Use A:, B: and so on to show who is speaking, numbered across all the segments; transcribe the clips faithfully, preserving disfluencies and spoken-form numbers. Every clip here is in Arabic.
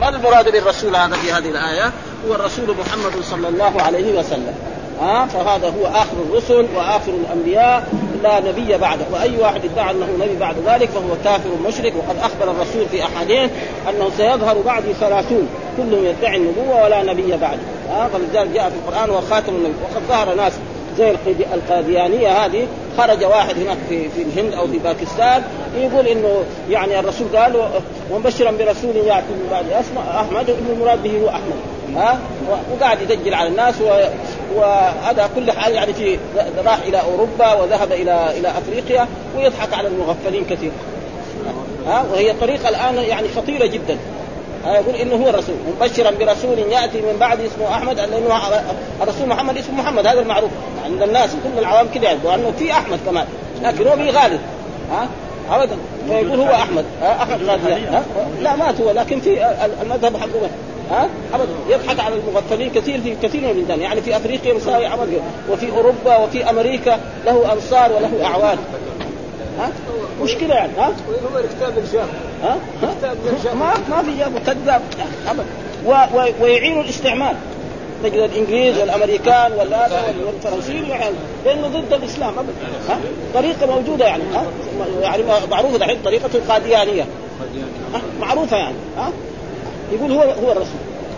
A: ما المراد بالرسول هذا في هذه الآية؟ هو الرسول محمد صلى الله عليه وسلم. ها فهذا هو آخر الرسل وآخر الأنبياء لا نبي بعده، وأي واحد ادعى أنه نبي بعد ذلك فهو كافر مشرك. وقد أخبر الرسول في أحاديث أنه سيظهر بعد ثلاثون كلهم يدعي النبوة ولا نبي بعده. ها فلذلك جاء في القرآن وخاتم النبي. وقد ظهر ناس زي القاديانية هذه، خرج واحد هناك في في الهند أو في باكستان يقول إنه يعني الرسول قال ومبشرا برسول يأتي من بعد اسمه أحمد، وإن المراد به هو أحمد. ها وقاعد يدجل على الناس، وهذا كل حال يعني في راح إلى أوروبا وذهب إلى إلى أفريقيا ويضحك على المغفلين كثير. ها وهي طريقة الآن يعني خطيرة جدا. يقول إنه هو الرسول مبشرا برسول يأتي من بعد اسمه أحمد، لأنه الرسول محمد اسمه محمد، هذا المعروف عند الناس كل العوام كده يعرفوا، وأنه في أحمد كمان لكن هو بيغالب. ها أبدا فيقول هو أحمد. ها أحمد ها لا مات هو، لكن في المذهب حقه ها أبدا يضحك على المغفلين كثير في كثير من البلدان، يعني في أفريقيا مساوي عمل، وفي أوروبا وفي أمريكا له أنصار وله أعوان. ها مشكلة يعني. ها
B: هو الكتاب الشام.
A: ها ما ما في جاب كذاب أبدا. ويعين الاستعمار، تجد الإنجليز والأمريكان والفرنسيين يعني لأنه ضد الإسلام أبدا. ها طريقة موجودة يعني. ها يعني معروفة الحين طريقة القاديانية معروفة يعني. ها يقول هو هو الرسول.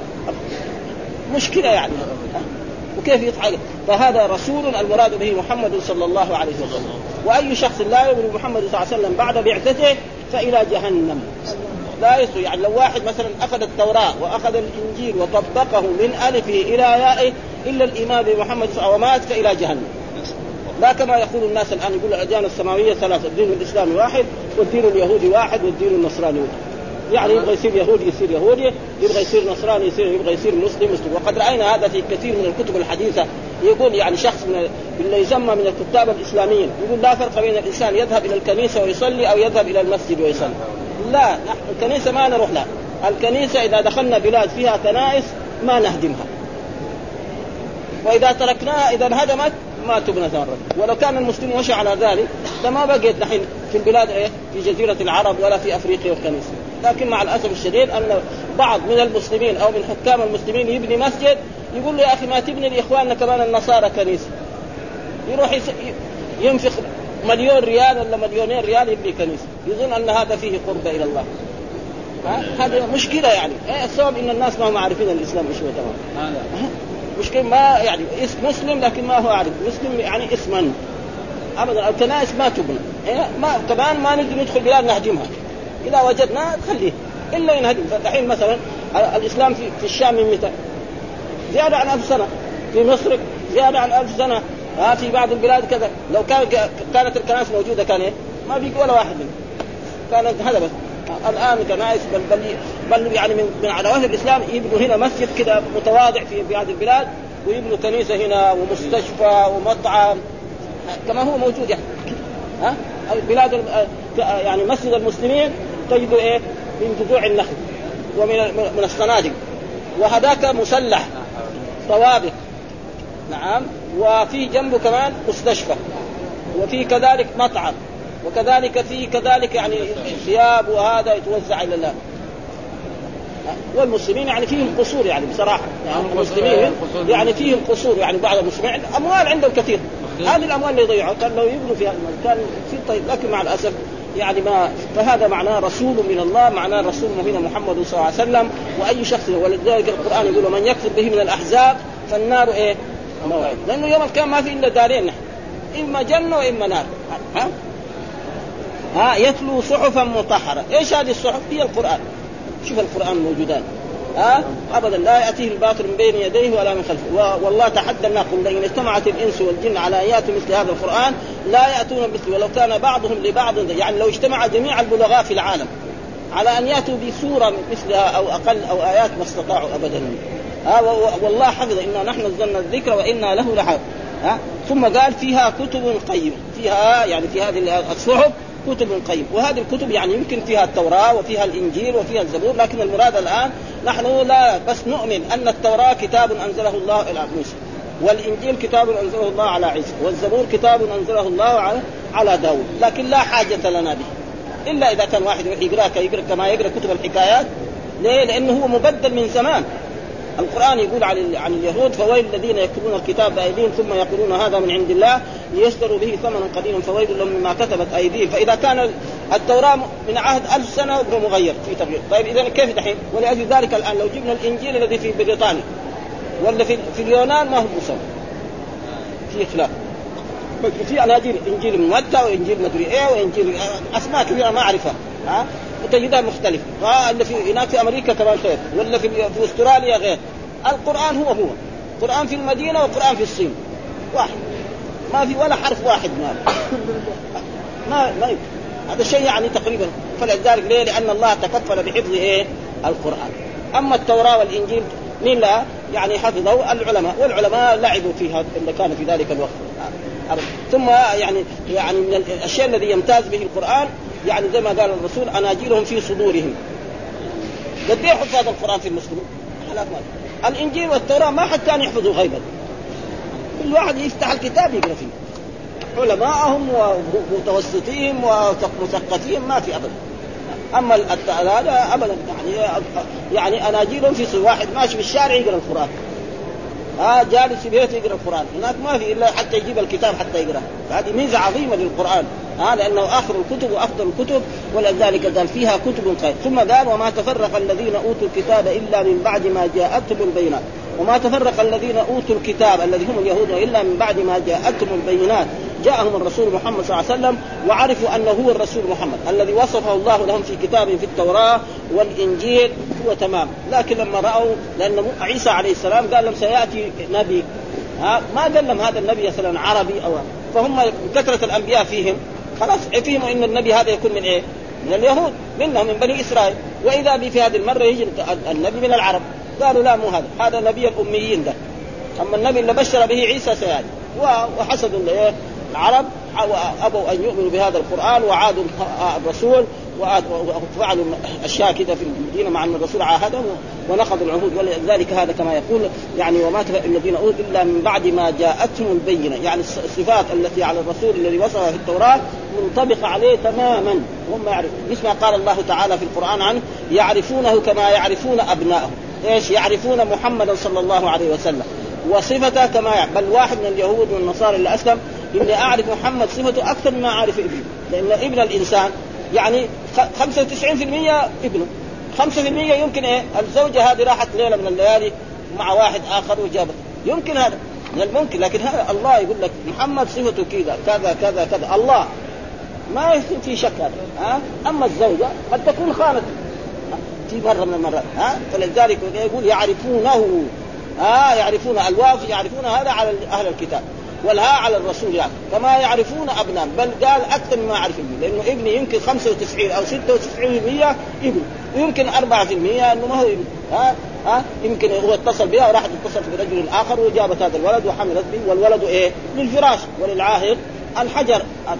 A: مشكلة يعني. وكيف يضحك؟ فهذا رسول المراد به محمد صلى الله عليه وسلم. وأي شخص لا يؤمن محمد صلى الله عليه وسلم بعد بعثته فإلى جهنم لا يصل. يعني لو واحد مثلا أخذ التوراة وأخذ الإنجيل وطبقه من ألفه إلى يائه إلا الإيمان بمحمد صلى الله عليه وسلم ومات فإلى جهنم. لا كما يقول الناس الآن، يقول الأديان السماوية ثلاثة، الدين الإسلامي واحد والدين اليهودي واحد والدين النصراني واحد. يعني يبغى يصير يهودي يصير يهودي، يبغى يصير نصراني يصير، يبغى يصير مسلم مسلم. وقد رأينا هذا في كثير من الكتب الحديثة. يقول يعني شخص من اللي يسمى من الكتاب الإسلاميين يقول لا فرق بين الإنسان يذهب إلى الكنيسة ويصلي أو يذهب إلى المسجد ويصلي. لا، الكنيسة ما نروح لها. الكنيسة إذا دخلنا بلاد فيها كنائس ما نهدمها، وإذا تركناها إذا انهدمت ما تبنى مرة. ولو كان المسلمين مشوا على ذلك فما بقيت نحن في البلاد إيه في جزيرة العرب ولا في أفريقيا والكنيسة. لكن مع الأسف الشديد أن بعض من المسلمين أو من حكام المسلمين يبني مسجد يقول له يا أخي ما تبني لإخواننا كمان النصارى كنيسة، يروح ينفق مليون ريال ولا مليونين ريال يبني كنيسة، يظن أن هذا فيه قرب إلى الله. هذه مشكلة يعني. السبب إن الناس ما هم عارفين الإسلام إيش هو تمام. مشكلة ما يعني اسم مسلم لكن ما هو عارف مسلم يعني اسما أبدا. الكنائس ما تبنى ما كمان ما نقدر ندخل بلاد نهدمها، إذا وجدنا نخليه إلا ينهدم. فالحين مثلا الإسلام في, في الشام من متى زيادة عن ألف سنة، في مصر زيادة عن ألف سنة، ها في بعض البلاد كذا. لو كان كانت الكنائس موجودة كان إيه ما بيجي ولا واحد منهم، كانت هذا بس. الآن كنائس بل, بل, بل يعني من, من علوات الإسلام يبنوا هنا مسجد كذا متواضع في بعض البلاد، ويبنوا كنيسة هنا ومستشفى ومطعم كما هو موجود يعني. ها البلاد يعني مسجد المسلمين تجدوا إيه من جذوع النخل ومن من الصناديق، وهذاك مسلح طوابق نعم، وفي جنبه كمان مستشفى، وفي كذلك مطعم، وكذلك في كذلك يعني ثياب وهذا يتوزع إلى الله. والمسلمين يعني فيهم قصور يعني بصراحة يعني المسلمين يعني فيهم قصور يعني بعض المسلمين أموال عندهم كثير، هذه الأموال اللي يضيعوا كان لو يبنوا فيها كان في طيب، لكن مع الأسف يعني ما. فهذا معناه رسول من الله، معناه رسول مبين محمد صلى الله عليه وسلم. وأي شخص ولذلك القرآن يقول من يكفر به من الأحزاب فالنار إيه موعد، لأنه يوم القيامة ما في إلا دارين نحن، إما جنة وإما نار. ها ها يتلو صحفا مطهرة. إيش هذه الصحف؟ هي القرآن. شوف القرآن موجودان ها أبدا لا يأتيه الباطل من بين يديه ولا من خلفه. والله تحدى الناس قل إن اجتمعت الإنس والجن على أن يأتوا مثل هذا القرآن لا يأتون مثله ولو كان بعضهم لبعض. يعني لو اجتمع جميع البلغاء في العالم على أن يأتوا بسورة مثلها أو أقل أو آيات ما استطاعوا أبدا. ها والله حفظ إنا نحن نزلنا الذكر وإنا له لحافظ. ها ثم قال فيها كتب قيمة، فيها يعني في هذه الصحف كتب قيم. وهذه الكتب يعني يمكن فيها التوراة وفيها الإنجيل وفيها الزبور، لكن المراد الآن نحن لا بس نؤمن أن التوراة كتاب أنزله الله إلى موسى، والإنجيل كتاب أنزله الله على عيسى، والزبور كتاب أنزله الله على على داود، لكن لا حاجة لنا به إلا إذا كان واحد يقرأ يقرأ كما يقرأ كتب الحكايات ليه؟ لأنه هو مبدل من زمان. القرآن يقول عن عن اليهود فويل الذين يكتبون الكتاب بأيديهم ثم يقولون هذا من عند الله ليشتروا به ثمنا قليلا فويل لهم مما كتبت أيديهم. فإذا كان التوراة من عهد ألف سنة مغير في تغيير، طيب إذا كيف دحين؟ ولأجل ذلك الآن لو جبنا الإنجيل الذي في بريطانيا ولا في في اليونان ما هو مساوي، في خلاف. في أناجيل إنجيل متى وإنجيل مدري إيه وإنجيل أسماء كثيرة ما أعرفها ها وتجدها مختلفة. اللي في هناك في أمريكا كمان غير، ولا في في أستراليا غير. القرآن هو هو قرآن في المدينة وقرآن في الصين واحد، ما في ولا حرف واحد ما ما, ما يمكن. هذا شيء يعني تقريبا. فلذلك ليه؟ لأن الله تكفل بحفظ إيه القرآن. أما التوراة والإنجيل مين لا يعني حفظه؟ العلماء، والعلماء لعبوا فيها اللي كان في ذلك الوقت. ثم يعني يعني من الأشياء الذي يمتاز به القرآن يعني زي ما قال الرسول أناجيلهم في صدورهم. قد ايه حفظ القرآن في المسلمين؟ الإنجيل والتوراة ما حد كان يحفظوا غيبا، كل واحد يفتح الكتاب يقرأ فيه، علماءهم ومتوسطين ومثقفين ما في أبدا. أما هذا أبدا يعني يعني أناجيلهم في صدور، واحد ماشي في الشارع يقرأ القرآن، ها جالس في بيته يقرأ القرآن، هناك ما في إلا حتى يجيب الكتاب حتى يقرأ. هذه ميزة عظيمة للقرآن، هذا لأنه آخر الكتب وأفضل الكتب، ولذلك قال فيها كتب خير. ثم قال وما تفرق الذين أوتوا الكتاب إلا من بعد ما جاءتهم البينات. وما تفرق الذين أوتوا الكتاب الذي هم اليهود إلا من بعد ما جاءتهم البينات جاءهم الرسول محمد صلى الله عليه وسلم وعرفوا أنه هو الرسول محمد الذي وصفه الله لهم في كتاب في التوراة والإنجيل هو تمام. لكن لما رأوا لأن عيسى عليه السلام قال لهم سيأتي نبي، ها ما قال لهم هذا النبي مثلا عربي أو، فهم كثرة الأنبياء فيهم خلاص فهموا إن النبي هذا يكون من إيه؟ من اليهود، منهم من بني إسرائيل. وإذا بي في هذه المرة يجي النبي من العرب، قالوا لا مو هذا، هذا نبي الأميين ده. أما النبي اللي بشر به عيسى سيأتي. وحسدوا العرب وأبوا أن يؤمنوا بهذا القرآن وعادوا الرسول وفعلوا أشياء كده في المدينة مع أن الرسول عاهدهم ونقضوا العهود. ولذلك هذا كما يقول يعني وما تفرق الذين أوتوا إلا من بعد ما جاءتهم البينة، يعني الصفات التي على الرسول الذي وصفها في التوراة منطبقة عليه تماما. هم يعرف مثل ما قال الله تعالى في القرآن عنه يعرفونه كما يعرفون أبنائهم. إيش يعرفون؟ محمدا صلى الله عليه وسلم وصفته كما يعرف. بل واحد من اليهود والنصارى اللي أسلم إني أعرف محمد صفته أكثر مما أعرف ابنه، لأن ابن الإنسان يعني خمسة وتسعين بالمئة ابنه، خمسة بالمئة يمكن إيه الزوجة هذه راحت ليلة من الليالي مع واحد آخر وجابت، يمكن هذا من الممكن. لكن هذا الله يقول لك محمد صفته كذا كذا كذا كذا، الله ما يكون في شك هذا. ها أما الزوجة قد تكون خانت في مرة من المرات، ها فلذلك يقول يعرفونه، ها يعرفون الواف يعرفون هذا على أهل الكتاب والها على الرسول يعني كما يعرفون أبناء، بل قال أكثر مما أعرف ابني، لأنه ابني يمكن خمسة وتسعين أو ستة وتسعين بالمئة ابن، ويمكن أربعة بالمئة أنه ما هو ابن. ها ها يمكن هو اتصل بها وراحت اتصل برجل آخر وجابت هذا الولد وحملت به، والولد إيه للفراش وللعاهر الحجر.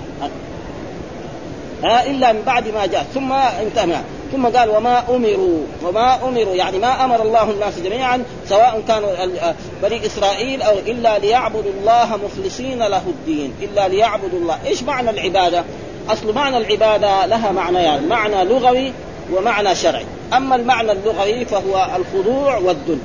A: ها إلا من بعد ما جاء ثم انتهى. ثم قال وما أمروا وما أمروا يعني ما أمر الله الناس جميعا سواء كانوا بني إسرائيل أو إلا ليعبدوا الله مخلصين له الدين، إلا ليعبدوا الله. إيش معنى العبادة؟ أصل معنى العبادة لها معنى يعني معنى لغوي ومعنى شرعي. أما المعنى اللغوي فهو الخضوع والذل،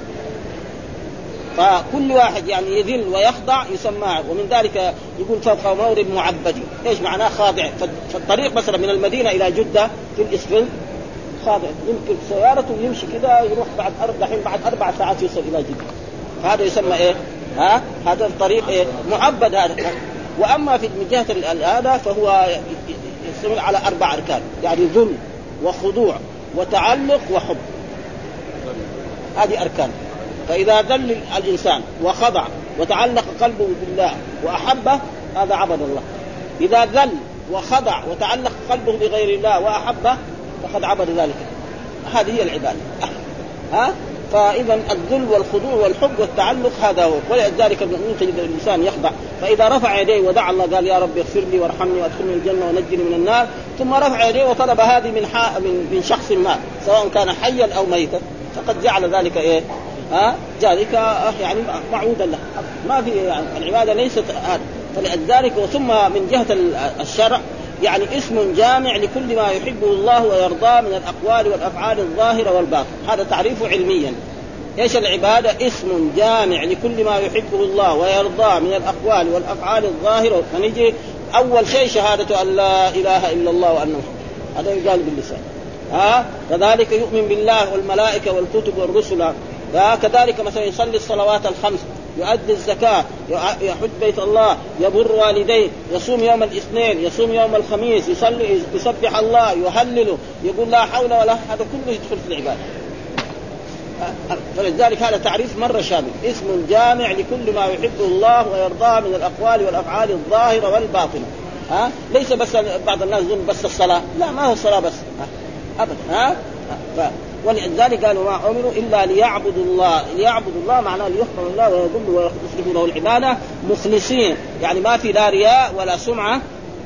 A: فكل واحد يعني يذل ويخضع يسمى. ومن ذلك يقول فوق مورد معبد، إيش معناه؟ خاضع. فالطريق مثلا من المدينة إلى جدة في الإسفل خاضع، يمكن سيارته يمشي كده يروح بعد أربع بعد أربع ساعات يوصل إلى جدة، هذا يسمى إيه؟ ها هذا الطريق إيه؟ معبد هذا. وأما في من جهة هذا فهو يشتمل على أربع أركان، يعني ذل وخضوع وتعلق وحب، هذه أركان. فإذا ذل الإنسان وخضع وتعلق قلبه بالله وأحبه هذا عبد الله. إذا ذل وخضع وتعلق قلبه بغير الله وأحبه فقد عبد ذلك. هذه هي العبادة. ها فإذا الذل والخضوع والحب والتعلق هذا هو. ولذلك المؤمن تجد الإنسان يخضع، فإذا رفع يديه ودعا الله قال يا رب اغفر لي وارحمني وادخلني الجنة ونجني من النار، ثم رفع يديه وطلب هذه من من من شخص ما سواء كان حيا أو ميتا، فقد جعل ذلك إيه؟ ها ذلك يعني معودا له، ما في يعني العبادة ليست هذا. فلذلك وثم من جهة الشرع يعني اسم جامع لكل ما يحبه الله ويرضاه من الأقوال والأفعال الظاهرة والباطن. هذا تعريفه علميا. إيش العبادة؟ اسم جامع لكل ما يحبه الله ويرضاه من الأقوال والأفعال الظاهرة. فنيجي أول شيء شهادة أن لا إله إلا الله وأنه محمد، هذا يقال باللسان. ها كذلك يؤمن بالله والملائكة والكتب والرسل. كذلك مثلا يصلي الصلوات الخمس، يؤدي الزكاة، يحج بيت الله، يبر والديه، يصوم يوم الاثنين، يصوم يوم الخميس، يصلي، يسبح الله، يهلله، يقول لا حول ولا، هذا كله يدخل في العبادة. فلذلك هذا تعريف مرة شامل، اسم جامع لكل ما يحبه الله ويرضاه من الأقوال والأفعال الظاهرة والباطنة. ها ليس بس بعض الناس يقول بس الصلاة، لا ما هو الصلاة بس أبدا. ها ولذلك قالوا ما أمروا إلا ليعبدوا الله. ليعبدوا الله معناه ليحفظ الله ويذل ويخلصوا له العبادة مخلصين، يعني ما في لا رياء ولا سمعة.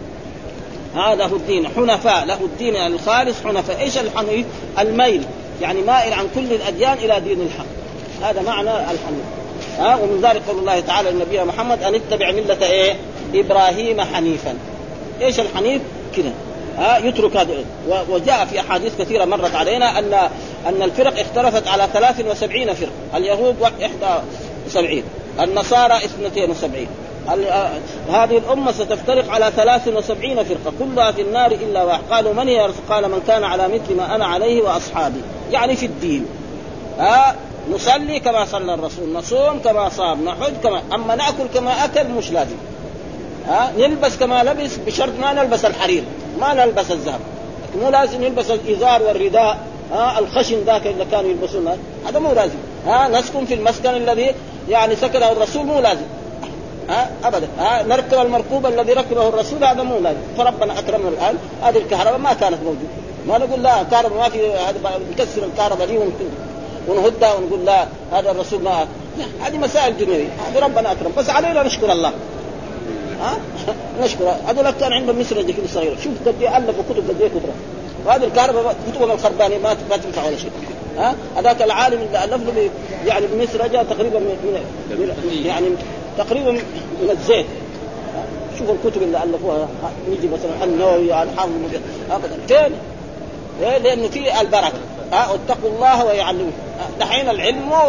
A: هذا هو الدين حنفاء، له الدين الخالص حنفاء. إيش الحنيف؟ الميل، يعني مائل عن كل الأديان إلى دين الحق، هذا معنى الحنيف. ها ومن ذلك قول الله تعالى للنبي محمد أن اتبع ملة إيه؟ إبراهيم حنيفا. إيش الحنيف؟ كده ها يترك هذا. وجاء في أحاديث كثيرة مرت علينا أن أن الفرق اختلفت على ثلاث وسبعين فرق، اليهود إحدى وسبعين، النصارى اثنتين وسبعين. هذه الأمة ستفترق على ثلاث وسبعين فرقة كلها في النار إلا واحد. قالوا من هي؟ قال من كان على مثل ما أنا عليه وأصحابي، يعني في الدين. ها نصلي كما صلى الرسول، نصوم كما صام، نحج كما، أما نأكل كما أكل مش لازم. ها نلبس كما لبس بشرط ما نلبس الحرير، ما نلبس الذهب، مو لازم نلبس الإزار والرداء. ها الخشن ذاك اللي كانوا يلبسونه هذا مو لازم. ها نسكن في المسكن الذي يعني سكنه الرسول، مو لازم. ها ابدا. ها نركب المركوب الذي ركبه الرسول، هذا مو لازم. فربنا اكرمنا الان، هذه الكهرباء ما كانت موجوده، ما نقول لا كهرباء ما في، هذا نكسر الكهرباء دي ونهدها ونقول لا هذا الرسول ما، هذه مسائل دنيويه. هذه ربنا اكرم، بس علينا نشكر الله. ها نشكر. هذول كان عندهم مصر دي كده صغيره، شوف قد ايه الفوا كتب، قد ايه كتب. وهذه الكهرباء كتبهم الخربانيه ما ما تنفع ولا شيء. ها هذاك العالم اللي الف له يعني بمصر جاء تقريبا من يعني تقريبا من الزيت. شوف الكتب اللي الفوها، نيجي مثلا النووي الحافظ ابدا فين؟ إيه؟ لانه في البركه. ها واتقوا الله ويعلمون. دحين العلم مو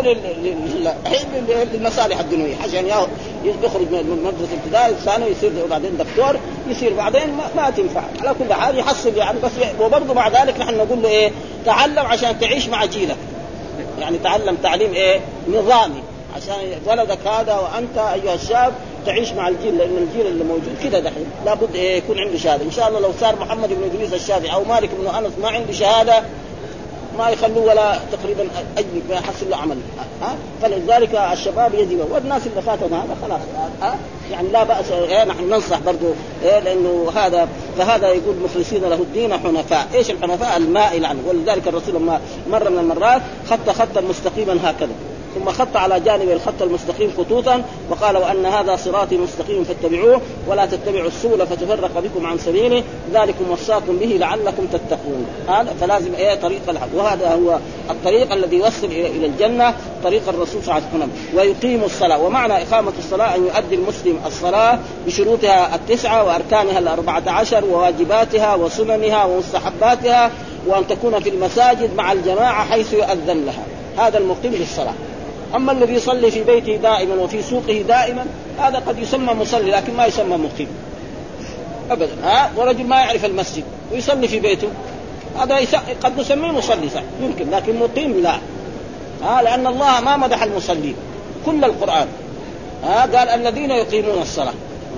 A: للمصالح الدنيويه، عشان يخرج من مدرسه الابتدائي الثانوي يصير وبعدين دكتور، يصير بعدين ما, ما تنفع. على كل حال يحصل يعني بس. وبرضه مع ذلك نحن نقول له ايه؟ تعلم عشان تعيش مع جيلك، يعني تعلم تعليم ايه؟ نظامي، عشان ولدك هذا وانت ايها الشاب تعيش مع الجيل، لان الجيل اللي موجود كده دحين لابد ايه؟ يكون عنده شهاده. ان شاء الله لو صار محمد بن ادريس الشافعي او مالك بن انس ما عنده شهاده ما يخلوه ولا تقريبا اي ما يحصل له عمل. ها فلذلك الشباب يجب، والناس اللي فاتهم هذا خلاص ها يعني لا باس. إيه نحن ننصح برضه إيه؟ لانه هذا فهذا يقول مخلصين له الدين حنفاء. ايش الحنفاء؟ المائل عنه. ولذلك الرسول لما مره من المرات خط خطا مستقيما هكذا، ثم خط على جانب الخط المستقيم خطوطا، وقال وأن هذا صراطي مستقيم فاتبعوه ولا تتبعوا السبل فتفرق بكم عن سبيله ذلكم وصاكم به لعلكم تتقون. هذا فلازم ايه؟ طريق الحق، وهذا هو الطريق الذي يوصل الى الجنه، طريق الرسول صلى الله عليه وسلم. ويقيم الصلاه، ومعنى اقامه الصلاه ان يؤدي المسلم الصلاه بشروطها التسعه واركانها الاربعه عشر وواجباتها وسننها ومستحباتها، وان تكون في المساجد مع الجماعه حيث يؤذن لها. هذا المقيم للصلاه. أما الذي يصلي في بيته دائما وفي سوقه دائما هذا قد يسمى مصلي لكن ما يسمى مقيم أبدا. ها ورجل ما يعرف المسجد ويصلي في بيته هذا قد نسميه مصلي صح يمكن، لكن مقيم لا. ها لأن الله ما مدح المصلين كل القرآن. ها قال الذين يقيمون الصلاة.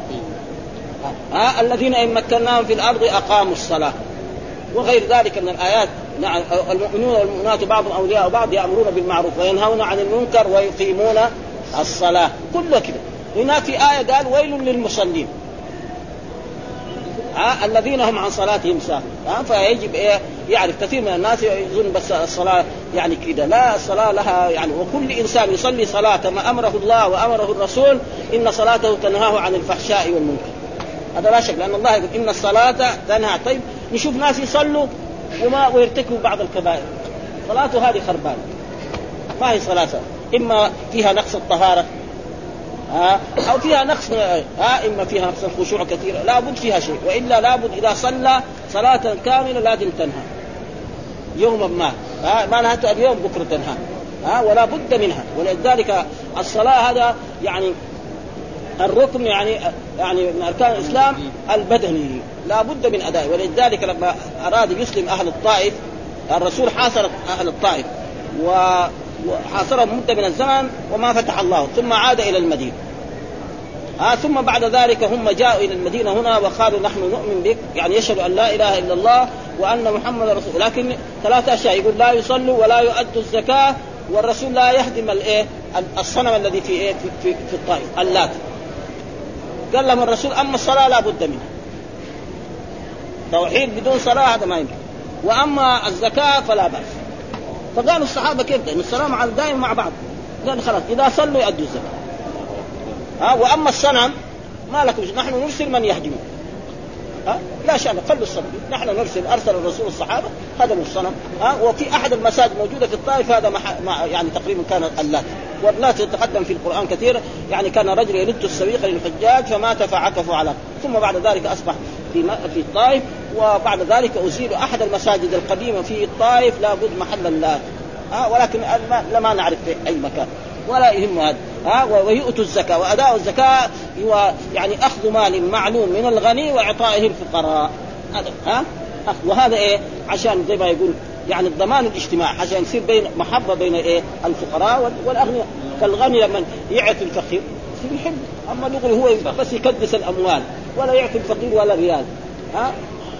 A: ها الذين إن مكناهم في الأرض أقاموا الصلاة، وغير ذلك من الآيات. نعم المؤمنون والمؤمنات بعضهم أولياء بعض يأمرون بالمعروف وينهون عن المنكر ويقيمون الصلاة، كله كده. هنا في آية قال ويل للمصلين ها الذين هم عن صلاتهم ساهون. ها فيجب إيه يعرف. كثير من الناس يظن بس الصلاة يعني كده، لا الصلاة لها يعني، وكل إنسان يصلي صلاة ما أمره الله وأمره الرسول إن صلاته تنهاه عن الفحشاء والمنكر، هذا لا شك، لأن الله يقول إن الصلاة تنهى. طيب نشوف ناس يصلوا وما ويرتكبوا بعض الكبائر، صلاته هذه خربانة، ما هي صلاة، إما فيها نقص الطهارة ها أو فيها نقص ها إما فيها نقص الخشوع كثير لا بد فيها شيء، وإلا لا بد إذا صلى صلاة كاملة لازم تنهى يوما ما ها ما نهت اليوم بكرة تنهى ها ولا بد منها. ولذلك الصلاة هذا يعني الركن يعني يعني من أركان الإسلام البدني لا بد من أدائه. ولذلك لما أراد يسلم أهل الطائف الرسول حاصر أهل الطائف وحاصرهم مدة من الزمن وما فتح الله، ثم عاد إلى المدينة آه ثم بعد ذلك هم جاءوا إلى المدينة هنا وقالوا نحن نؤمن بك، يعني يشهد أن لا إله إلا الله وأن محمد رسول، لكن ثلاثة أشياء يقول لا يصلوا ولا يؤدوا الزكاة والرسول لا يهدم الإيه الصنم الذي في إيه في, في, في الطائف اللات. قال لهم الرسول أما الصلاة لا بد منها، توحيد بدون صلاة هذا ما يمكن، وأما الزكاة فلا بأس. فقالوا الصحابة كيف ده الصلاة مع دائما مع بعض، قال خلاص إذا صلوا يؤدوا الزكاة ها وأما الصنم ما لكم نحن نرسل من يهدمه ها لا شأن خلوا الصنم، نحن نرسل أرسل الرسول الصحابة هدموا الصنم ها. وفي أحد المساجد موجودة في الطائف هذا مع يعني تقريبا كان اللات، واللات يتقدم في القرآن كثير، يعني كان رجل يلت السويق للحجاج فمات فعكفوا على، ثم بعد ذلك أصبح في في الطائف، وبعد ذلك أزيل أحد المساجد القديمة في الطائف لابد محل اللات ها، ولكن لما نعرف في أي مكان ولا يهم هذا ها. ويؤتوا الزكاة وأداء الزكاة هو يعني أخذ مال معلوم من الغني وإعطائه الفقراء هذا ها. وهذا إيه عشان زي ما يقول يعني الضمان الاجتماعي عشان يصير بين محبة بين إيه الفقراء والأغنياء. فالغني لما يعطي الفقير يحب، أما نقول هو بس يكدس الأموال ولا يعطي الفقير ولا ريال ها.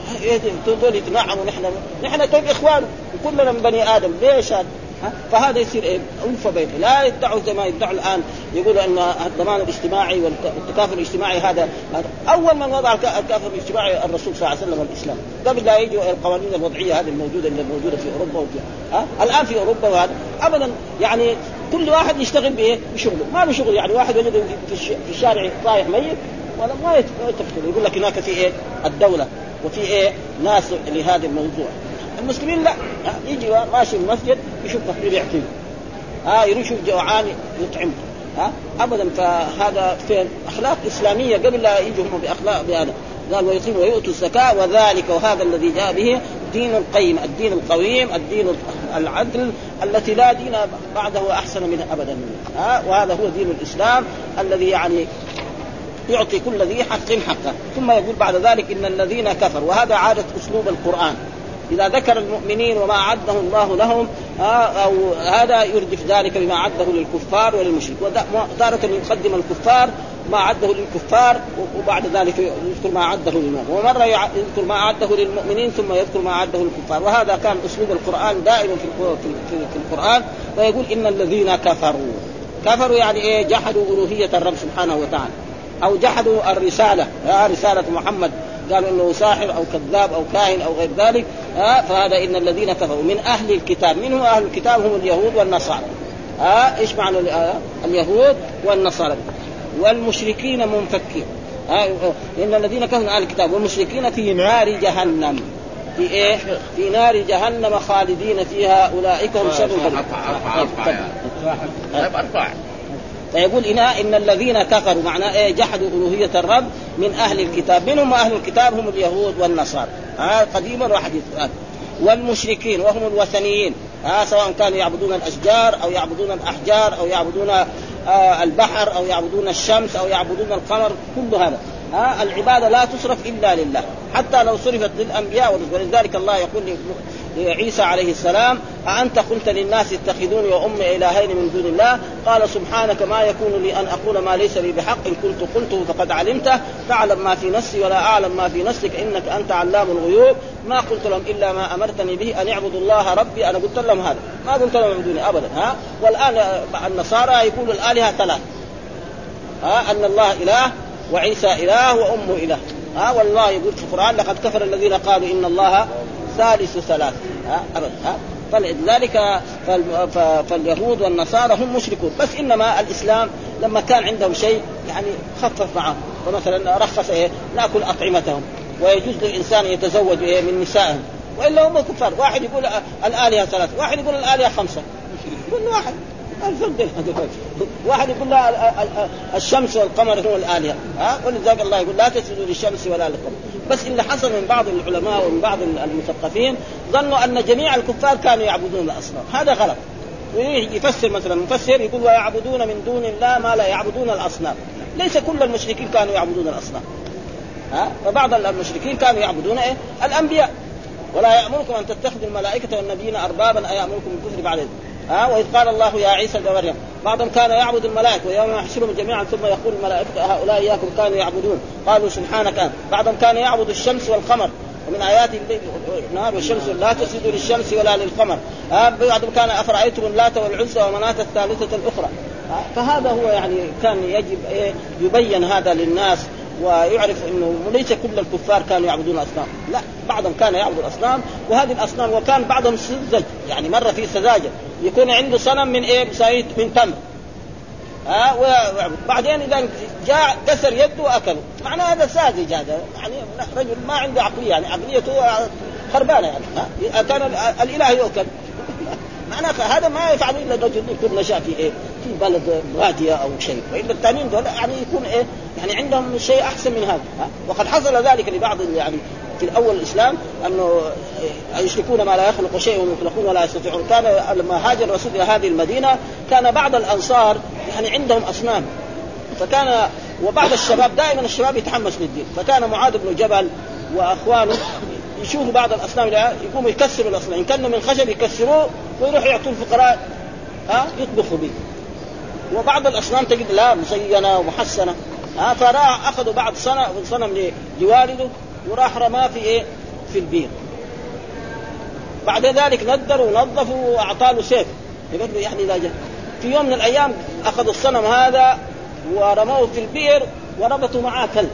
A: تقول يتنعموا نحن نحن طيب إخوان وكلنا من بني آدم ليش هذا؟ فهذا يصير إيه ألفة بينه، لا يدعوا زي ما يدعوا الآن يقولوا أن الضمان الاجتماعي والتكافل الاجتماعي هذا أول من وضع التكافل الاجتماعي الرسول صلى الله عليه وسلم والإسلام قبل لا يجوا القوانين الوضعية هذه الموجودة اللي موجودة في أوروبا وفي ها الآن في أوروبا وهذا أبدا يعني كل واحد يشتغل بإيه بشغله، ما له شغل يعني واحد وجده في الشارع طايح ميت ولا ما يتفكر يقول لك هناك في إيه الدولة وفي إيه ناس لهذا الموضوع. المسلمين لا يجي ماشي المسجد يشوف فقير يعطيه ها يشوف جوعان يطعمه ها ابدا. فهذا في اخلاق اسلاميه قبل لا يجوا هم باخلاق بهذا. قال ويقيموا ويؤتوا الزكاه وذلك وهذا الذي جاء به دين القيم الدين القويم الدين العدل التي لا دين بعده احسن منه ابدا ها. وهذا هو دين الاسلام الذي يعني يعطي كل ذي حق حقه. ثم يقول بعد ذلك إن الذين كفروا، وهذا عادة أسلوب القرآن إذا ذكر المؤمنين وما عده الله لهم أو هذا يردف ذلك بما عده للكفار وللمشرك، وتارة يقدم الكفار ما عده للكفار وبعد ذلك يذكر ما عده للمؤمنين، ومرة يذكر ما عده للمؤمنين ثم يذكر ما عده للكفار. وهذا كان أسلوب القرآن دائما في في القرآن. ويقول إن الذين كفروا كفروا يعني إيه جحدوا ألوهية الرب سبحانه وتعالى أو جحدوا الرسالة رسالة محمد، قالوا إنه ساحر أو كذاب أو كاهن أو غير ذلك آه فهذا إن الذين كفروا من أهل الكتاب. من هو أهل الكتاب؟ هم اليهود والنصارى آه إيش معنى آه اليهود والنصارى والمشركين منفكين آه إن الذين كفروا من أهل الكتاب والمشركين في نار جهنم في إيه في نار جهنم خالدين فيها أولئك هم شر البرية. فيقول إنا إن الذين كفروا معناه إيه جحدوا ألوهية الرب من أهل الكتاب. منهم أهل الكتاب هم اليهود والنصارى آه قديما وحديثا، والمشركين وهم الوثنيين آه سواء كانوا يعبدون الأشجار أو يعبدون الأحجار أو يعبدون آه البحر أو يعبدون الشمس أو يعبدون القمر، كل هذا آه العبادة لا تصرف إلا لله حتى لو صرفت للأنبياء. ولذلك الله يقول لعيسى عليه السلام أأنت قلت للناس اتخذوني وأمي إلهين من دون الله قال سبحانك ما يكون لي أن أقول ما ليس لي بحق إن كنت قلته فقد علمته تعلم ما في نفسي ولا أعلم ما في نفسك إنك أنت علام الغيوب ما قلت لهم إلا ما أمرتني به أن يعبدوا الله ربي أنا قلت لهم هذا ما قلت لهم يعبدوني أبدا ها. والآن النصارى يقولوا الآلهة ثلاث ها أن الله إله وعيسى إله وأمه إله ها. والله يقول في القرآن لقد كفر الذين قالوا إن الله ثالث ثلاث ها أبدا ها. فلذلك فاليهود والنصارى هم مشركون، بس إنما الإسلام لما كان عندهم شيء يعني خفف معهم، فمثلا رخص إيه نأكل أطعمتهم ويجوز للإنسان يتزوج إيه من نسائهم، وإلا هم كفار. واحد يقول الآلهة ثلاث واحد يقول الآلهة خمسة كل واحد واحد يقول لا الشمس والقمر هو الآلهة، ها، ولذلك الله يقول لا تسجدوا للشمس ولا للقمر. بس اللي حصل من بعض العلماء ومن بعض المثقفين ظنوا أن جميع الكفار كانوا يعبدون الأصنام، هذا غلط. ويفسر مثلا مفسر يقول ويعبدون من دون الله ما لا يعبدون الأصنام. ليس كل المشركين كانوا يعبدون الأصنام، ها، فبعض المشركين كانوا يعبدون إيه؟ الأنبياء. ولا يأمركم أن تتخذوا الملائكة والنبيين أربابا أيأمركم بالكفر بعد إذ ها. وإذ قال الله يا عيسى ابن مريم بعضهم كان يعبد الملائكة ويوم يحشرهم جميعا ثم يقول الملائكة هؤلاء إياكم كانوا يعبدون قالوا سبحانك أنت. بعضهم كان يعبد الشمس والقمر ومن آيات الليل والنهار والشمس لا تسجدوا للشمس ولا للقمر. بعضهم كان أفرأيتم اللات والعزى ومناة الثالثة الأخرى. فهذا هو يعني كان يجب يبين هذا للناس ويعرف انه ليس كل الكفار كانوا يعبدون الاصنام، لا، بعضهم كان يعبد الاصنام. وهذه الاصنام وكان بعضهم سذج، يعني مره في سذاجه يكون عنده صنم من ايه بسيط من تمر، ها، وبعدين اذا جاء كسر يده واكله، معناه هذا ساذج، هذا يعني رجل ما عنده عقليه، يعني عقليته خربانه، يعني ها كان الاله يؤكل. معناه هذا ما يفعل الا الرجل يكون نشأ في ايه في بلد غاديه او شيء، والا الثانيين دول يعني يكون ايه يعني عندهم شيء احسن من هذا. ها؟ وقد حصل ذلك لبعض يعني في الاول الاسلام انه يشركون ما لا يخلق شيء وهم يخلقون ولا يستطيعون. كان لما هاجر الرسول الى هذه المدينه كان بعض الانصار يعني عندهم اصنام، فكان وبعض الشباب دائما الشباب يتحمس للدين، فكان معاذ بن جبل واخوانه يشوفوا بعض الاصنام يقوموا يكسروا الاصنام، ان كانوا من خشب يكسروه ويروحوا يعطوا الفقراء ها يطبخوا به. وبعض الاصنام تجد لا مزينه ومحسنه، ها، فراح اخذوا بعض صنم صنم لوالده وراح رماه في ايه في البير. بعد ذلك ندروا ونظفوا واعطاه له سيف، يعني لا جد. في يوم من الايام اخذوا الصنم هذا ورموه في البير وربطوا معاه كلب،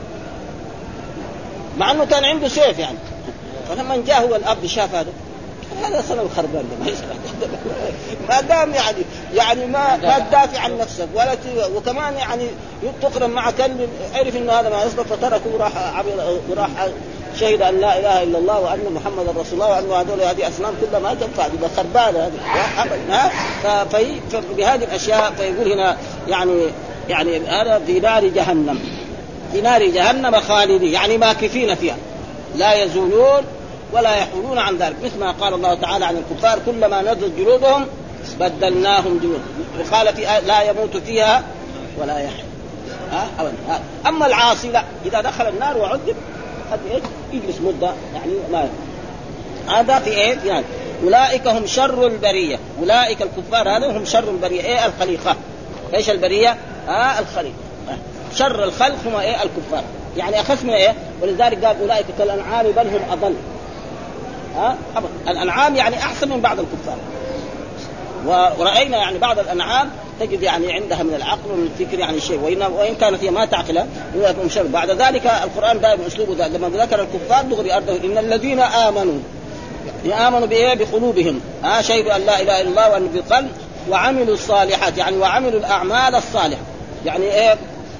A: مع انه كان عنده سيف يعني. فلما جاء هو الاب شاف هذا هذا صنم خربان ما يصلح ما دام يعني يعني ما ما تدافع عن نفسك ولا وكمان يعني تقرن مع كلب، عرف انه هذا ما يصلح فتركه وراح وراح شهد ان لا اله الا الله وان محمد رسول الله وان هذول هذه اصنام كلها ما تنفع، دي خربانه هذه ها. فبهذه الاشياء فيقول هنا يعني يعني هذا في نار جهنم، في نار جهنم خالدين، يعني ماكثين فيها لا يزولون ولا يحولون عن ذلك، مثل ما قال الله تعالى عن الكفار كلما نضجت جلودهم بدلناهم جلود، وقال في لا يموت فيها ولا يحيى. ها أبدا. أما العاصي لا، إذا دخل النار وعذب قد يجلس مدة يعني ما. هذا في إيه يعني أولئك هم شر البرية، أولئك الكفار هذا هم شر البرية. إيه الخليقة؟ إيش البرية؟ آه الخليقة. شر الخلق هم إيه الكفار، يعني أخص من إيه. ولذلك قال أولئك كالأنعام بل هم أضل. ها أبدا. الأنعام يعني أحسن من بعض الكفار. ورأينا يعني بعض الأنعام تجد يعني عندها من العقل ومن الفكر يعني شيء، وإن وإن كانت هي ما تعقلها يكون شر. بعد ذلك القرآن دائما أسلوبه ذا لما ذكر الكفار دغري أرده إن الذين آمنوا آمنوا بإيه بقلوبهم، ها شهدوا أن لا إله إلا الله وأن بالقلب وعملوا الصالحات، يعني وعملوا الأعمال الصالحة، يعني إيه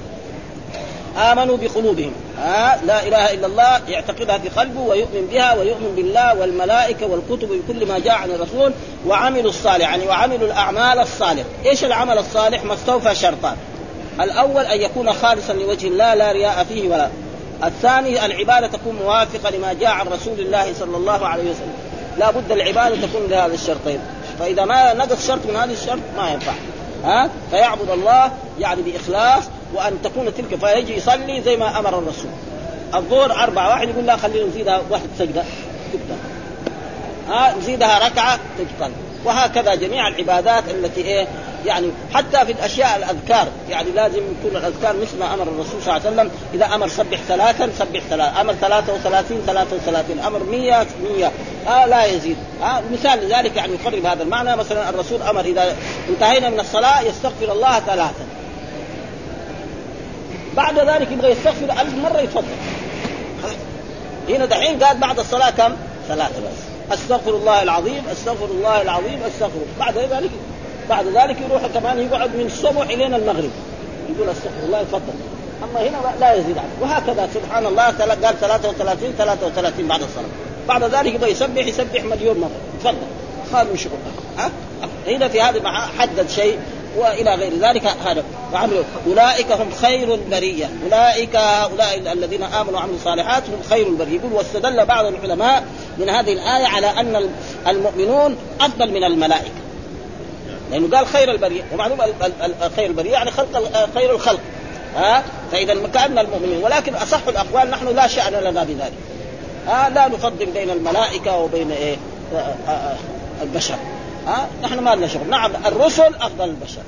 A: آمنوا بقلوبهم، ها لا إله إلا الله يعتقدها في قلبه ويؤمن بها ويؤمن بالله والملائكة والكتب وكل ما جاء عن الرسول، وعملوا الصالح يعني وعملوا الأعمال الصالح. إيش العمل الصالح؟ ما استوفى شرطان: الأول أن يكون خالصا لوجه الله لا رياء فيه ولا. الثاني العبادة تكون موافقة لما جاء عن رسول الله صلى الله عليه وسلم. لا بد العبادة تكون لهذا الشرطين، فإذا ما نقص شرط من هذه الشرط ما ينفع. ها فيعبد الله يعني بإخلاص، وأن تكون تلك فيجي يصلي زي ما أمر الرسول. الظهر أربعة، واحد يقول لا خلينا نزيدها واحد سجدة تبطل، ها نزيدها ركعة تبطل، وهكذا جميع العبادات التي إيه يعني حتى في الأشياء الأذكار يعني لازم يكون الأذكار مثل ما أمر الرسول صلى الله عليه وسلم. إذا أمر سبح ثلاثا سبح ثلاثا، أمر ثلاثة وثلاثين ثلاثة وثلاثين، أمر مية مية، آه لا يزيد. آه مثال لذلك يعني يقرب هذا المعنى. مثلا الرسول أمر إذا انتهينا من الصلاة يستغفر الله ثلاثا، بعد ذلك يبغى يستغفر ألف مرة يتفضل. هنا دحين قال بعد الصلاة كم؟ ثلاثة بس، أستغفر الله العظيم أستغفر الله العظيم أستغفر. بعد ذلك بعد ذلك يروح كمان يقعد من الصبح إلى المغرب يقول أستغفر الله يتفضل. أما هنا لا يزيد عنه. وهكذا سبحان الله قال ثلاثة وثلاثين ثلاثة وثلاثين بعد الصلاة، بعد ذلك يبغى يسبح يسبح مليون مرة يتفضل، خالد من شغل. ها هنا في هذا حدد شيء وإلى غير ذلك. هذا وعملوا أولئك هم خير البرية، أولئك أولئك الذين آمنوا وعملوا الصالحات هم خير البرية. يقول واستدل بعض العلماء من هذه الآية على أن المؤمنون أفضل من الملائكة، لأنه يعني قال خير البرية، ومعلوم خير البرية يعني خلق خير الخلق، ها فإذا كأن المؤمنين. ولكن أصح الأقوال نحن لا شأن لنا بذلك، ها لا نفضل بين الملائكة وبين إيه البشر، ها نحن ما لنا شغل. نعم الرسل أفضل البشر،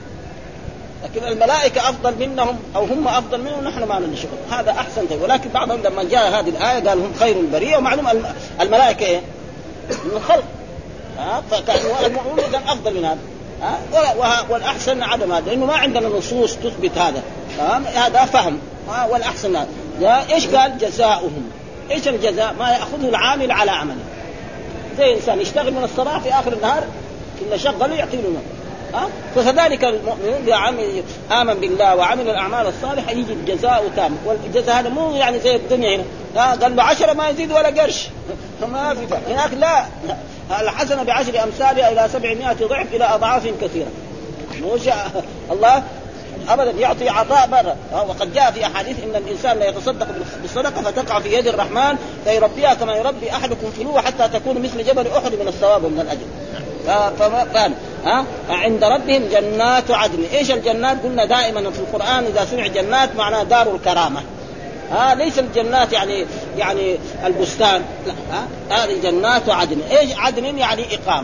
A: لكن الملائكة أفضل منهم أو هم أفضل منهم نحن ما لنا شغل، هذا أحسن. ولكن بعضهم لما جاء هذه الآية قال هم خير البرية، ومعلوم الملائكة إيه من الخلق، ها فكانوا المؤمنون إذن أفضل من هذا، ها والأحسن عدم هذا، لأنه ما عندنا نصوص تثبت هذا، هذا فهم. والأحسن هذا إيش قال جزاؤهم، إيش الجزاء؟ ما يأخذه العامل على عمله، زي إنسان يشتغل من الصباح في آخر النهار كل شغله يعطيه له، ها فكذلك المؤمنون بعمل آمن بالله وعمل الأعمال الصالحة يجي الجزاء تام. والجزاء هذا مو يعني زي الدنيا هنا، ها قال له عشرة ما يزيد ولا قرش، ما في فرق. هناك لا، الحسنة بعشر أمثالها إلى سبعمائة ضعف إلى أضعاف كثيرة. موش الله أبدا يعطي عطاء برا. وقد جاء في أحاديث إن الإنسان لا يتصدق بالصدقة فتقع في يد الرحمن فيربيها كما يربي أحدكم فلوه حتى تكون مثل جبل أحد من الثواب ومن الأجر. فقال ها عند ربهم جنات عدن. إيش الجنات؟ قلنا دائما في القرآن إذا سمع جنات معناه دار الكرامة، ها ليس الجنات يعني يعني البستان، لا، ها هذه جنات عدن. إيش عدن؟ يعني إقامة.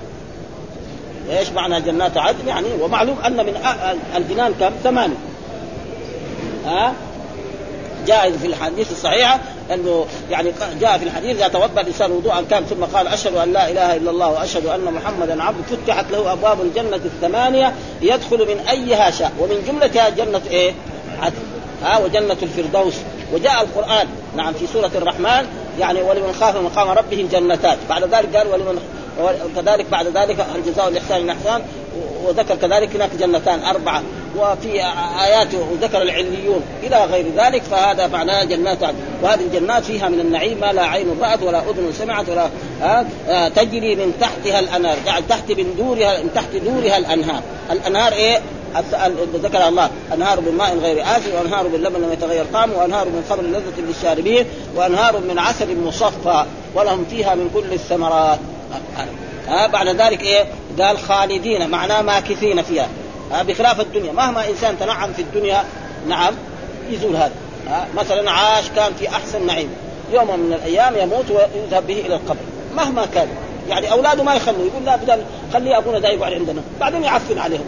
A: إيش معنى جنات عدن؟ يعني ومعلوم أن من الجنان كم؟ ثمانية. ها جاء في الحديث الصحيحة أنه يعني جاء في الحديث إذا توضأ الإنسان وضوءا كان ثم قال أشهد أن لا إله إلا الله وأشهد أن محمدا عبده فتحت له أبواب الجنة الثمانية يدخل من أيها شاء، ومن جملتها جنة إيه؟ عدن، ها وجنة الفردوس. وجاء القرآن نعم في سورة الرحمن يعني ولمن خاف مقام ربه جنتات، بعد ذلك قال ولمن وكذلك بعد ذلك الجزاء الإحسان الإحسان، وذكر كذلك هناك جنتان أربعة، وفي آيات وذكر العليون إلى غير ذلك. فهذا معناه جنات عدن. وهذه الجنات فيها من النعيم ما لا عين رأت ولا أذن سمعت ولا آه آه تجري من تحتها الأنهار، يعني تحت من دورها من تحت دورها الأنهار. الأنهار إيه؟ ذكر الله أنهار بالماء غير آسن وأنهار باللبن لم يتغير طعمه وأنهار من خمر لذة للشاربين وأنهار من عسل مصفى ولهم فيها من كل الثمرات. ها بعد ذلك إيه؟ قال خالدين معناه ماكثين فيها، ها بخلاف الدنيا مهما إنسان تنعم في الدنيا نعم يزول هذا. ها مثلا عاش كان في أحسن نعيم، يوم من الأيام يموت ويذهب به إلى القبر مهما كان، يعني أولاده ما يخلوا، يقول لا بدل خلي أبونا ده يقعد عندنا، بعدين يعفن عليهم.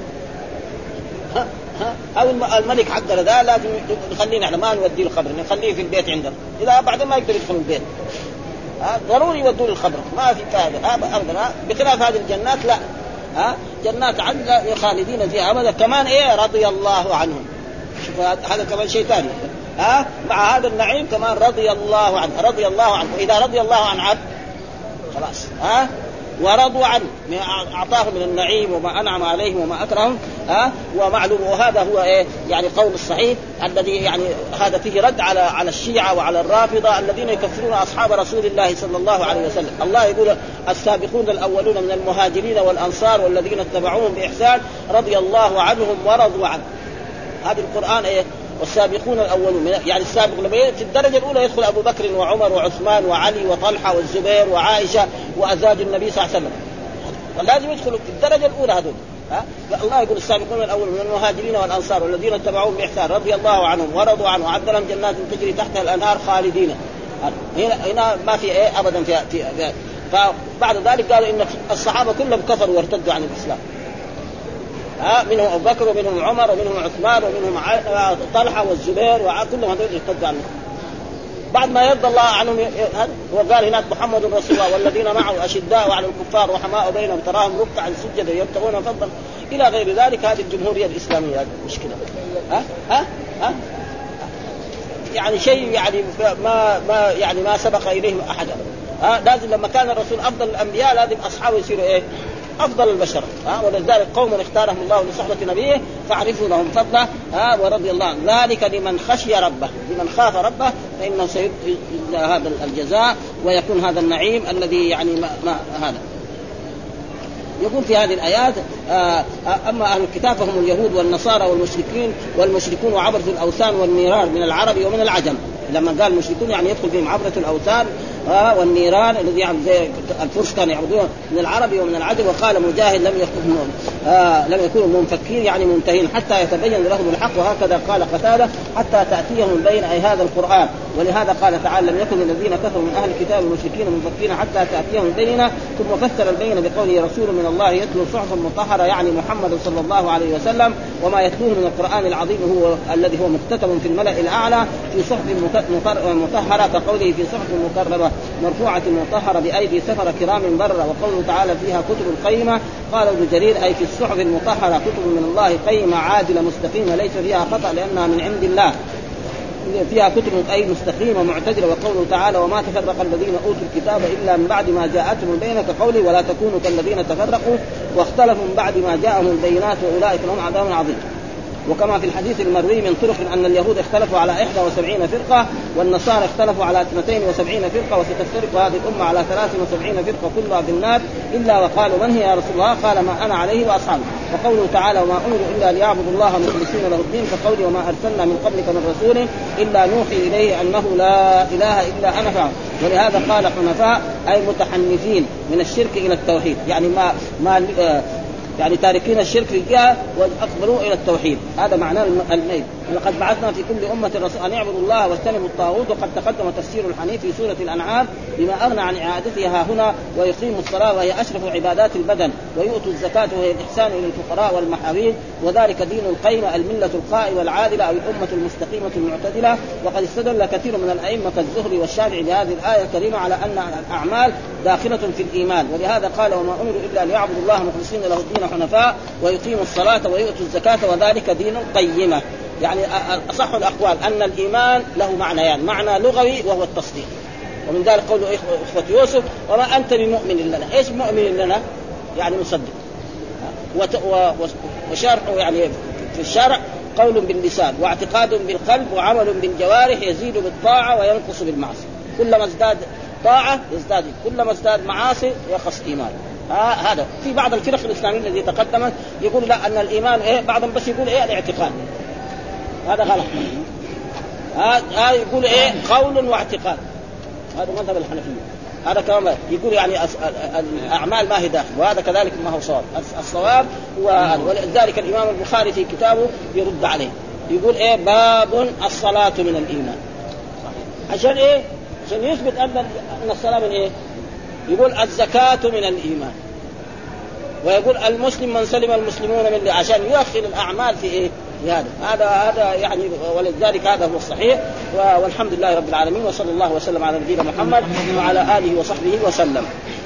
A: ها ها أو الملك حقنا ذا لازم نخلينا احنا ما نوديه القبر، نخليه في البيت عندنا، إذا بعدين ما يقدر يدخل البيت ضروري يودوا الخبر، ما في فائدة أبدا. بخلاف هذه الجنات لا، ها جنات عدن خالدين فيها أبدا. كمان إيه؟ رضي الله عنهم. شوف هذا كمان شيء ثاني، ها مع هذا النعيم كمان رضي الله عنه، رضي الله عنه. وإذا رضي الله عن عبد خلاص، ها ورضوا عنه ما أعطاهم من النعيم وما أنعم عليهم وما أكرهم، ها ومعلوم. وهذا هو إيه يعني قول الصحيح الذي يعني هذا فيه رد على على الشيعة وعلى الرافضة الذين يكفرون أصحاب رسول الله صلى الله عليه وسلم. الله يقول السابقون الأولون من المهاجرين والأنصار والذين اتبعوهم بإحسان رضي الله عنهم ورضوا عنه. هذا القرآن إيه؟ والسابقون الأولون يعني السابق لما في الدرجة الأولى يدخل أبو بكر وعمر وعثمان وعلي وطلحة والزبير وعائشة وأزواج النبي صلى الله عليه وسلم، ولازم يدخلوا في الدرجة الأولى هذول. ها الله يقول السابقون الأولون من المهاجرين والأنصار والذين اتبعوهم بإحسان رضي الله عنهم ورضوا عنه وأعد لهم جنات تجري تحتها الأنهار خالدين. هنا هنا ما في إيه أبدا في, في, في فبعد ذلك قالوا إن الصحابة كلهم كفروا وارتدوا عن الإسلام، ها منهم أبو بكر ومنهم عمر ومنهم عثمان ومنهم طلحة والزبير وكلهم هذول ارتدوا عنه. بعد ما يرضى الله عنهم وقال هناك محمد رسول الله والذين معه أشداء على الكفار رحماء بينهم تراهم ركعا سجدا يبتغون فضلا إلى غير ذلك. هذه الجمهورية الإسلامية هذه مشكلة، ها ها ها يعني شيء يعني ما ما يعني ما سبق إليهم أحد. ها لازم لما كان الرسول أفضل الأنبياء لازم أصحابه يصيروا إيه أفضل البشر. ها ولذلك قوم اختارهم الله لصحبة نبيه فاعرفوا لهم فضله. ها ورضي الله ذلك لمن خشي ربه، لمن خاف ربه فإنه سيؤتي هذا الجزاء ويكون هذا النعيم الذي يعني ما, ما هذا. يقول في هذه الآيات آه أما أهل الكتاب فهم اليهود والنصارى والمشركين والمشركون وعبرة الأوثان والنيران من العرب ومن العجم. لما قال المشركون يعني يدخل فيهم عبرة الأوثان آه والنيران الذي يعني زي الفرس كانوا يعبدون من العرب ومن العجم. وقال مجاهد لم يكونوا آه لم يكونوا منفكين يعني منتهين حتى يتبين لهم الحق. وهكذا قال قتادة حتى تأتيهم البين أي هذا القرآن. ولهذا قال تعالى لم يكن الذين كفروا من أهل الكتاب المشركين منفكين حتى تأتيهم البينة. ثم فسر البينة بقوله رسول من الله يتلو صحفا مطهرة يعني محمد صلى الله عليه وسلم وما يتلوه من القرآن العظيم هو الذي هو مكتتب في الملأ الأعلى في صحف مطهرة كقوله في صحف مكرمة مرفوعة مطهرة بأيدي سفر كرام بررة. وقوله تعالى فيها كتب قيمة قال ابن جرير أي في الصحف المطهرة كتب من الله قيمة عادلة مستقيمة ليس فيها خطأ لأنها من عند الله فيها كتب أي مستقيمة معتدلة. وقوله تعالى وما تفرق الذين أوتوا الكتاب إلا من بعد ما جاءتهم البينة كقوله ولا تكونوا كالذين تفرقوا واختلفوا من بعد ما جاءهم البينات وأولئك لهم عذاب عظيم. وكما في الحديث المروي من طرق أن اليهود اختلفوا على إحدى وسبعين فرقة والنصارى اختلفوا على اثنتين وسبعين فرقة وستفترق هذه الأمة على ثلاث وسبعين فرقة كلها في النار إلا وقالوا من هي يا رسول الله قال ما أنا عليه وأصحابي. وقوله تعالى وما أمروا إلا ليعبدوا الله مخلصين له الدين كقوله وما أرسلنا من قبلك من رسول إلا نوحي إليه أنه لا إله إلا أنا فاعبد. ولهذا قال حنفاء أي متحنفين من الشرك إلى التوحيد يعني ما ما يعني تاركين الشرك في الجهة وأقبلوا إلى التوحيد. هذا معناه الميل. ولقد بعثنا في كل أمة رسول أن يعبدوا الله واجتنبوا الطاغوت. وقد تقدم تفسير الحنيف في سورة الأنعام بما أغنى عن إعادتها هنا. ويقيموا الصلاة وهي أشرف عبادات البدن ويؤتوا الزكاة وهي الإحسان إلى الفقراء والمحاوين وذلك دين القيمة الملة القائمة العادلة أو الأمة المستقيمة المعتدلة. وقد استدل كثير من الأئمة كالزهري والشافعي بهذه الآية الكريمة على أن الأعمال داخلة في الإيمان. ولهذا قال وما أمروا إلا أن يعبدوا الله مخلصين له الدين حنفاء ويقيموا الصلاة ويؤتوا الزكاة وذلك دين القيمة. يعني أصح الأقوال أن الإيمان له معنيان يعني معنى لغوي وهو التصديق. ومن ذلك قول إخوة يوسف وما أنت بمؤمن لنا. إيش مؤمن لنا يعني مصدق. وشرحه يعني في الشرع قول باللسان واعتقاد بالقلب وعمل بالجوارح يزيد بالطاعة وينقص بالمعصية. كلما ازداد طاعة يزداد كلما ازداد معاصي ينقص إيمان. هذا في بعض الفرق الإسلامية التي تقدمت يقول لا أن الإيمان إيه بعضهم بس يقول إيه الاعتقاد. هذا غلط. هذا يقول إيه قول واعتقاد. هذا مذهب الحنفية. هذا كمان يقول يعني الأعمال ما هي داخل وهذا كذلك ما هو صواب. الصواب ولذلك الإمام البخاري في كتابه يرد عليه يقول إيه باب الصلاة من الإيمان. عشان إيه عشان يثبت أن الصلاة من إيه يقول الزكاة من الإيمان ويقول المسلم من سلم المسلمون من عشان يدخل الأعمال في إيه في هذا هذا هذا يعني. ولذلك هذا هو الصحيح. والحمد لله رب العالمين وصلى الله وسلم على نبينا محمد وعلى آله وصحبه وسلم.